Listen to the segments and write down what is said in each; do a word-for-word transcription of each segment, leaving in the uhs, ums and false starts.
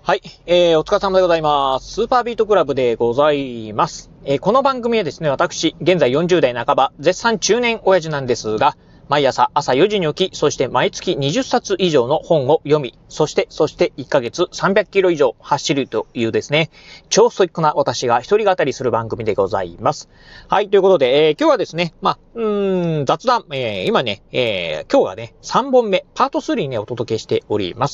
はい、えー、お疲れ様でございます。スーパービートクラブでございます。えー、この番組はですね、私、現在よんじゅう代半ば、絶賛中年親父なんですが、毎朝朝よじに起き、そして毎月にじゅっさつ以上の本を読み、そして、そしていっかげつさんびゃっキロ以上走るというですね、超ストイックな私が一人語りする番組でございます。はい、ということで、えー、今日はですね、まあ、うーん、雑談、えー、今ね、えー、今日がね、さんぼんめ、パートスリーね、お届けしております。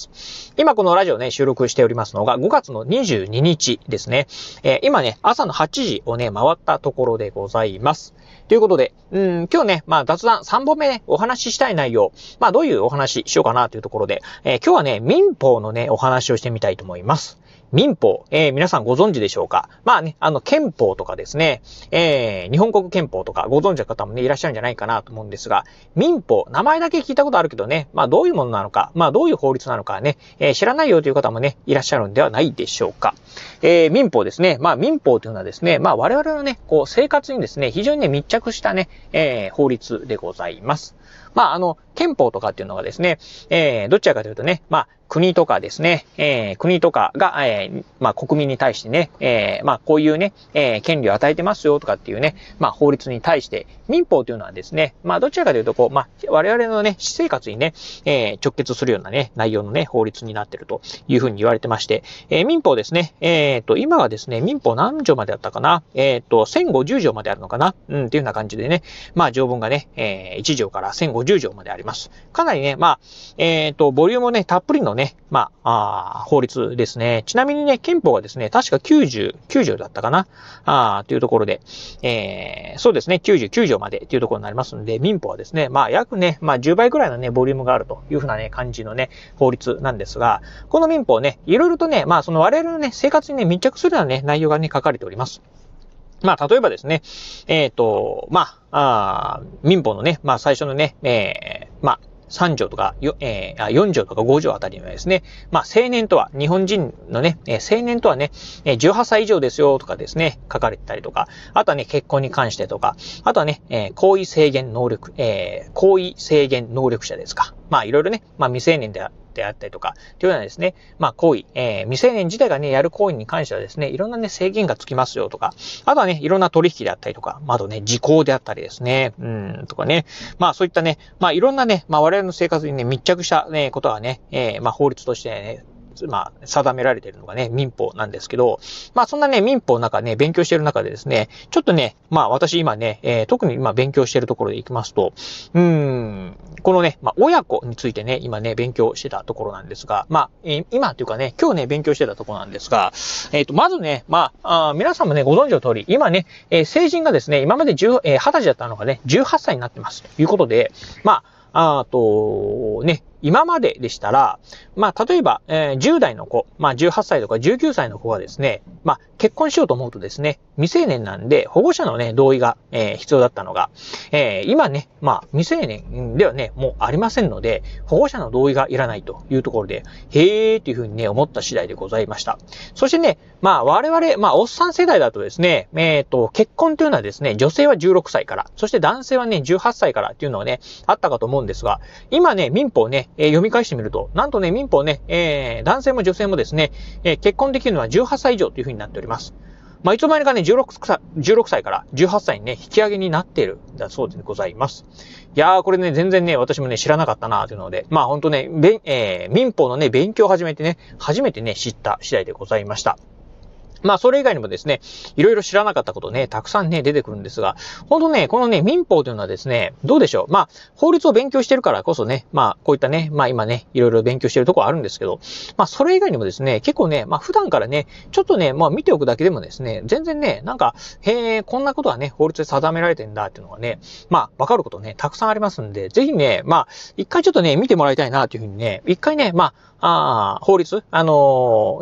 今このラジオね、収録しておりますのがごがつのにじゅうににちですね。えー、今ね、朝のはちじをね、回ったところでございます。ということで、うん、今日ね、まあ雑談さんぼんめね、お話ししたい内容、まあどういうお話ししようかなというところで、えー、今日はね、民法のね、お話をしてみたいと思います。民法、えー、皆さんご存知でしょうか？まあね、あの、憲法とかですね、えー、日本国憲法とかご存知の方もね、いらっしゃるんじゃないかなと思うんですが、民法、名前だけ聞いたことあるけどね、まあどういうものなのか、まあどういう法律なのかね、えー、知らないよという方もね、いらっしゃるんではないでしょうか。えー、民法ですね。まあ民法というのはですね、まあ我々のね、こう生活にですね、非常にね、密着したね、えー、法律でございます。まああの、憲法とかっていうのがですね、えー、どちらかというとね、まあ国とかですね、えー、国とかが、えー、まあ国民に対してね、えー、まあこういうね、えー、権利を与えてますよとかっていうね、まあ法律に対して、民法というのはですね、まあどちらかというとこう、まあ我々のね、私生活にね、えー、直結するようなね、内容のね、法律になっているというふうに言われてまして、えー、民法ですね、えっと、今はですね、民法何条まであったかな、えっと、せんごじゅう条まであるのかな、うん、っていうような感じでね、まあ条文がね、えー、いち条からせんごじゅう条まであります。かなりね、まあ、えっと、ボリュームね、たっぷりのね、まあ、あ法律ですね。ちなみにね、憲法がですね、確かきゅうじゅうきゅう条だったかなあというところで、えー、そうですね、きゅうじゅうきゅう条までというところになりますので、民法はですね、まあ、約ね、まあ、じゅうばいくらいのね、ボリュームがあるというふうなね、感じのね、法律なんですが、この民法ね、いろいろとね、まあ、その我々のね、生活にね、密着するようなね、内容がね、書かれております。まあ、例えばですね、えっと、まあ、あ民法のね、まあ、最初のね、えー、まあ、さん条とか、えー、よん条とかご条あたりにはですね、まあ、青年とは、日本人のね、えー、青年とはね、じゅうはっさい以上ですよとかですね、書かれてたりとか、あとはね、結婚に関してとか、あとはね、えー、行為制限能力、えー、行為制限能力者ですか。まあ、いろいろね、まあ、未成年であであったりとか、というようなですね、まあ行為、えー、未成年自体がね、やる行為に関してはですね、いろんなね、制限がつきますよとか、あとはね、いろんな取引であったりとか、まあ、あとね、時効であったりですね、うん、とかね、まあそういったね、まあいろんなね、まあ我々の生活にね、密着したね、ことがね、えー、まあ法律としてね、まあ、定められているのがね、民法なんですけど、まあ、そんなね、民法の中ね、勉強している中でですね、ちょっとね、まあ、私今ね、えー、特に今勉強しているところでいきますと、うーん、このね、まあ、親子についてね、今ね、勉強してたところなんですが、まあ、えー、今というかね、今日ね、勉強してたところなんですが、えっと、まずね、まあ、あ皆さんもね、ご存知の通り、今ね、えー、成人がですね、今までじゅう、えー、はたちだったのがね、じゅうはっさいになってます。ということで、まあ、あと、ね、今まででしたら、まあ、例えば、えー、じゅう代の子、まあ、じゅうはっさいとかじゅうきゅうさいの子がですね、まあ、結婚しようと思うとですね、未成年なんで、保護者のね、同意が、えー、必要だったのが、えー、今ね、まあ、未成年ではね、もうありませんので、保護者の同意がいらないというところで、へーっていうふうにね、思った次第でございました。そしてね、まあ、我々、まあ、おっさん世代だとですね、えっと、結婚というのはですね、女性はじゅうろくさいから、そして男性はね、じゅうはっさいからっていうのはね、あったかと思うんですが、今ね、民法ね、えー、読み返してみると、なんとね、民法ね、えー、男性も女性もですね、えー、結婚できるのはじゅうはっさい以上というふうになっております。まあ、いつの間にかね、じゅうろくさいからじゅうはっさいにね、引き上げになっているんだそうでございます。いやー、これね、全然ね、私もね、知らなかったなというので、まあ、ほんとね、べえー、民法のね、勉強を始めてね、初めてね、知った次第でございました。まあ、それ以外にもですね、いろいろ知らなかったことね、たくさんね、出てくるんですが、ほんとね、このね、民法というのはですね、どうでしょう。まあ、法律を勉強してるからこそね、まあ、こういったね、まあ今ね、いろいろ勉強してるところあるんですけど、まあ、それ以外にもですね、結構ね、まあ、普段からね、ちょっとね、まあ、見ておくだけでもですね、全然ね、なんか、へえ、こんなことはね、法律で定められてんだっていうのがね、まあ、わかることね、たくさんありますんで、ぜひね、まあ、一回ちょっとね、見てもらいたいなというふうにね、一回ね、まあ、あ法律、あのー、ね、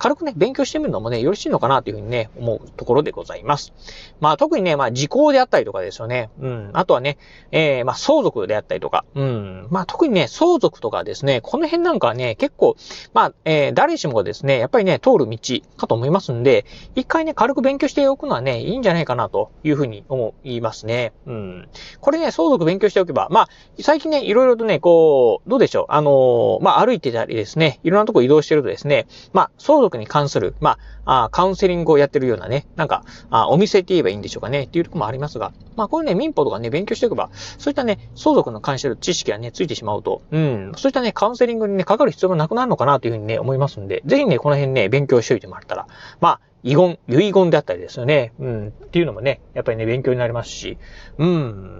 軽くね、勉強してみるのもね、よろしいのかなというふうにね、思うところでございます。まあ特にね、まあ時効であったりとかですよね。うん。あとはね、えー、まあ相続であったりとか。うん。まあ特にね、相続とかですね、この辺なんかはね、結構、まあ、えー、誰しもがですね、やっぱりね、通る道かと思いますんで、一回ね、軽く勉強しておくのはね、いいんじゃないかなというふうに思いますね。うん。これね、相続勉強しておけば、まあ、最近ね、いろいろとね、こう、どうでしょう。あのー、まあ、歩いてたりですね、いろんなとこ移動してるとですね、まあ、相続に関する、まあ、あカウンセリングをやってるようなね、なんか、あお店って言えばいいんでしょうかね、っていうところもありますが、まあ、これね、民法とかね、勉強しておけば、そういったね、相続の関しての知識がね、ついてしまうと、うん、そういったね、カウンセリングにね、かかる必要がなくなるのかなというふうにね、思いますんで、ぜひね、この辺ね、勉強しておいてもらったら、まあ、遺言、遺言であったりですよね。うん。っていうのもね、やっぱりね、勉強になりますし。うん。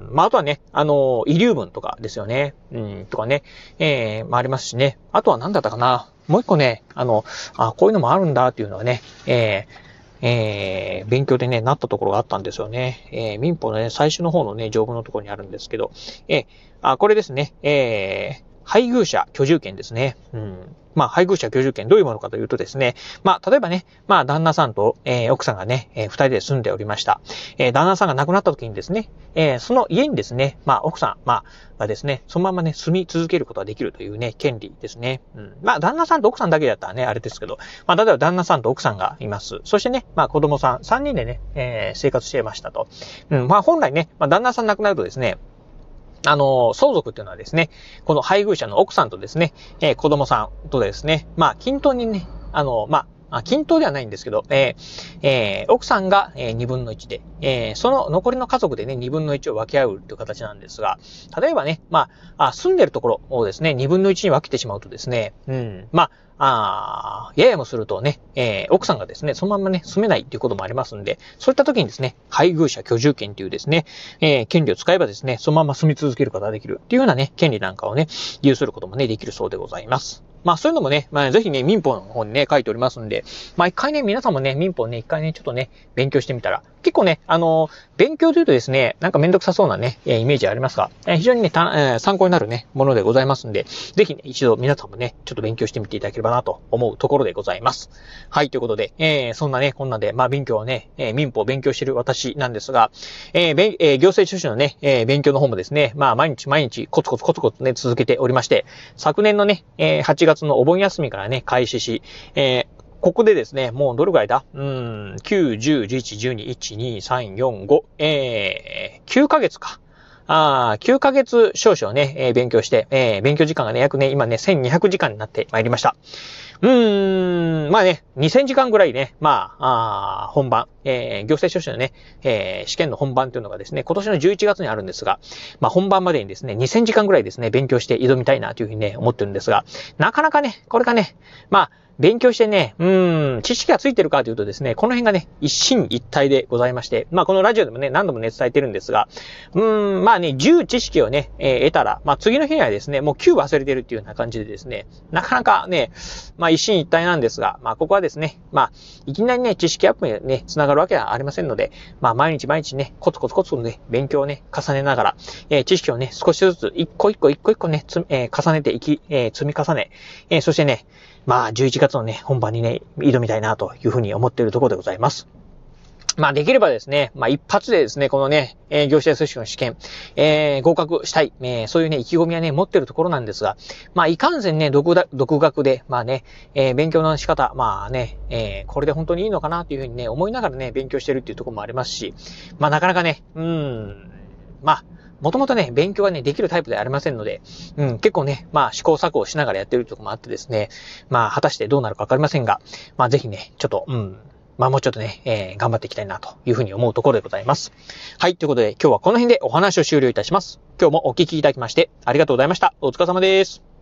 まあ、あとはね、あの、遺留分とかですよね。うん。とかね、えー、まあ、ありますしね。あとは何だったかな。もう一個ね、あの、あ、こういうのもあるんだっていうのはね、えー、えー、勉強でね、なったところがあったんですよね。えー、民法のね、最初の方のね、条文のところにあるんですけど、えー、あ、これですね、えー、配偶者居住権ですね。うん。まあ、配偶者居住権どういうものかというとですね、まあ、例えばね、まあ、旦那さんと、えー、奥さんがね、えー、二人で住んでおりました。えー、旦那さんが亡くなった時にですね、えー、その家にですね、まあ、奥さん、まあ、がですね、そのままね、住み続けることができるというね、権利ですね。うん。まあ、旦那さんと奥さんだけだったらね、あれですけど、まあ、例えば旦那さんと奥さんがいます。そしてね、まあ、子供さん、三人でね、えー、生活していましたと。うん。まあ、本来ね、まあ、旦那さん亡くなるとですね、あの、相続っていうのはですね、この配偶者の奥さんとですね、えー、子供さんとですね、まあ、均等にね、あの、まあ、均等ではないんですけど、えーえー、奥さんが、えー、にぶんのいちで、えー、その残りの家族でね、にぶんのいちを分け合うという形なんですが、例えばね、まあ、あ住んでるところをですね、にぶんのいちに分けてしまうとですね、うん、まあ、ああ、ややもするとね、えー、奥さんがですね、そのままね、住めないっていうこともありますんで、そういった時にですね、配偶者居住権というですね、えー、権利を使えばですね、そのまま住み続けることができるっていうようなね、権利なんかをね、有することもね、できるそうでございます。まあそういうのもね、まあぜひね、民法の方にね、書いておりますんで、まあ一回ね、皆さんもね、民法ね、一回ね、ちょっとね、勉強してみたら、結構ね、あのー、勉強というとですね、なんかめんどくさそうなね、えー、イメージありますが、えー、非常にね、たえー、参考になるね、ものでございますんで、ぜひね、一度皆さんもね、ちょっと勉強してみていただければなと思うところでございます。はい、ということで、えー、そんなね、こんなで、まあ勉強をね、えー、民法を勉強している私なんですが、えー、べえー、行政書士のね、えー、勉強の方もですね、まあ毎日毎日コツコツコツコツね、続けておりまして、昨年のね、えー、はちがつのお盆休みからね、開始し、えー、ここでですね、もうどれくらいだうーん、きゅう、じゅう、じゅういち、じゅうに、いち、に、さん、よん、ご、えー、きゅうかげつか。あきゅうかげつ少々ね、えー、勉強して、えー、勉強時間がね、約ね、今ね、せんにひゃくじかんになってまいりました。うーん、まあね、にせんじかんぐらいね、まあ、あ本番、えー、行政書士のね、えー、試験の本番というのがですね、今年のじゅういちがつにあるんですが、まあ本番までにですね、にせんじかんぐらいですね、勉強して挑みたいなというふうにね、思ってるんですが、なかなかね、これがね、まあ、勉強してね、うーん、知識がついてるかというとですね、この辺がね、一進一退でございまして、まあこのラジオでもね、何度もね、伝えてるんですが、うーん、まあね、じゅう知識をね、えー、得たら、まあ次の日にはですね、もうきゅう忘れてるっていうような感じでですね、なかなかね、まあ一進一退なんですが、まあここはですね、まあ、いきなりね、知識アップにね、つながるわけはありませんので、まあ毎日毎日ね、コツコツコツコツね、勉強をね、重ねながら、えー、知識をね、少しずつ、一個一個一個一個ね、つえー、重ねていき、えー、積み重ね、えー、そしてね、まあ、じゅういちがつのね、本番にね、挑みたいなというふうに思っているところでございます。まあ、できればですね、まあ、一発でですね、このね、えー、行政書士の試験、えー、合格したい、えー、そういうね、意気込みはね、持っているところなんですが、まあ、いかんせんね、独学、独学で、まあね、えー、勉強の仕方、まあね、えー、これで本当にいいのかなというふうにね、思いながらね、勉強してるっていうところもありますし、まあ、なかなかね、うーん、まあ、もともとね、勉強がね、できるタイプではありませんので、うん、結構ね、まあ試行錯誤しながらやってるところもあってですね、まあ果たしてどうなるかわかりませんが、まあぜひね、ちょっと、うん、まあもうちょっとね、えー、頑張っていきたいなというふうに思うところでございます。はい、ということで今日はこの辺でお話を終了いたします。今日もお聞きいただきましてありがとうございました。お疲れ様です。